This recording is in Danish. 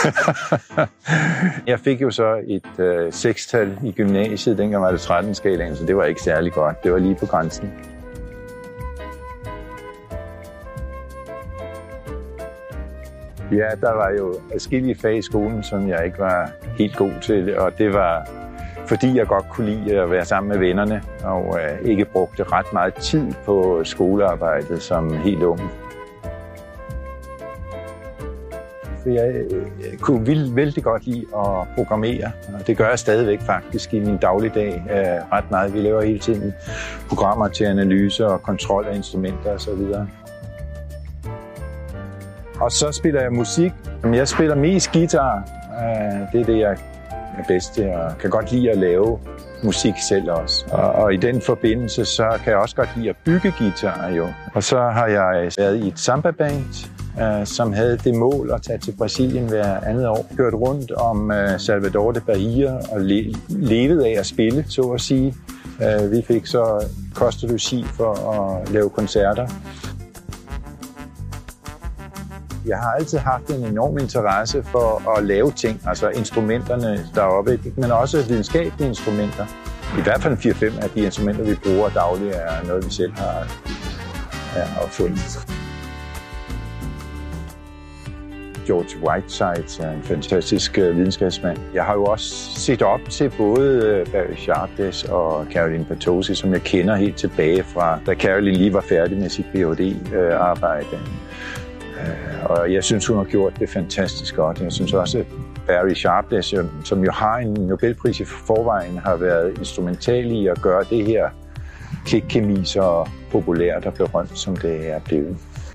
Jeg fik jo så et 6-tal i gymnasiet, dengang var det 13-skalaen, så det var ikke særlig godt. Det var lige på grænsen. Ja, der var jo adskillige fag i skolen, som jeg ikke var helt god til, og det var fordi jeg godt kunne lide at være sammen med vennerne, og ikke brugte ret meget tid på skolearbejdet som helt ung. For jeg kunne vældig godt lide at programmere, og det gør jeg stadigvæk faktisk i min dagligdag ret meget. Vi laver hele tiden programmer til analyse og kontrol af instrumenter osv. Og så spiller jeg musik. Jeg spiller mest guitar. Det er det, jeg er bedst til, og kan godt lide at lave musik selv også. Og i den forbindelse, så kan jeg også godt lide at bygge guitarer jo. Og så har jeg været i et samba-band, som havde det mål at tage til Brasilien hver andet år. Kørt rundt om Salvador de Bahia og levede af at spille, så at sige. Vi fik så kost og logi for at lave koncerter. Jeg har altid haft en enorm interesse for at lave ting, altså instrumenterne deroppe, men også videnskabelige instrumenter. I hvert fald 4-5 af de instrumenter, vi bruger dagligt, er noget, vi selv har opfundet. George Whiteside er en fantastisk videnskabsmand. Jeg har jo også set op til både Barry Sharpless og Caroline Bertozzi, som jeg kender helt tilbage fra, da Caroline lige var færdig med sit Ph.D.-arbejde. Og jeg synes, hun har gjort det fantastisk godt. Jeg synes også, at Barry Sharpless, som jo har en Nobelpris i forvejen, har været instrumental i at gøre det her klik-kemi så populært og berømt, som det er blevet.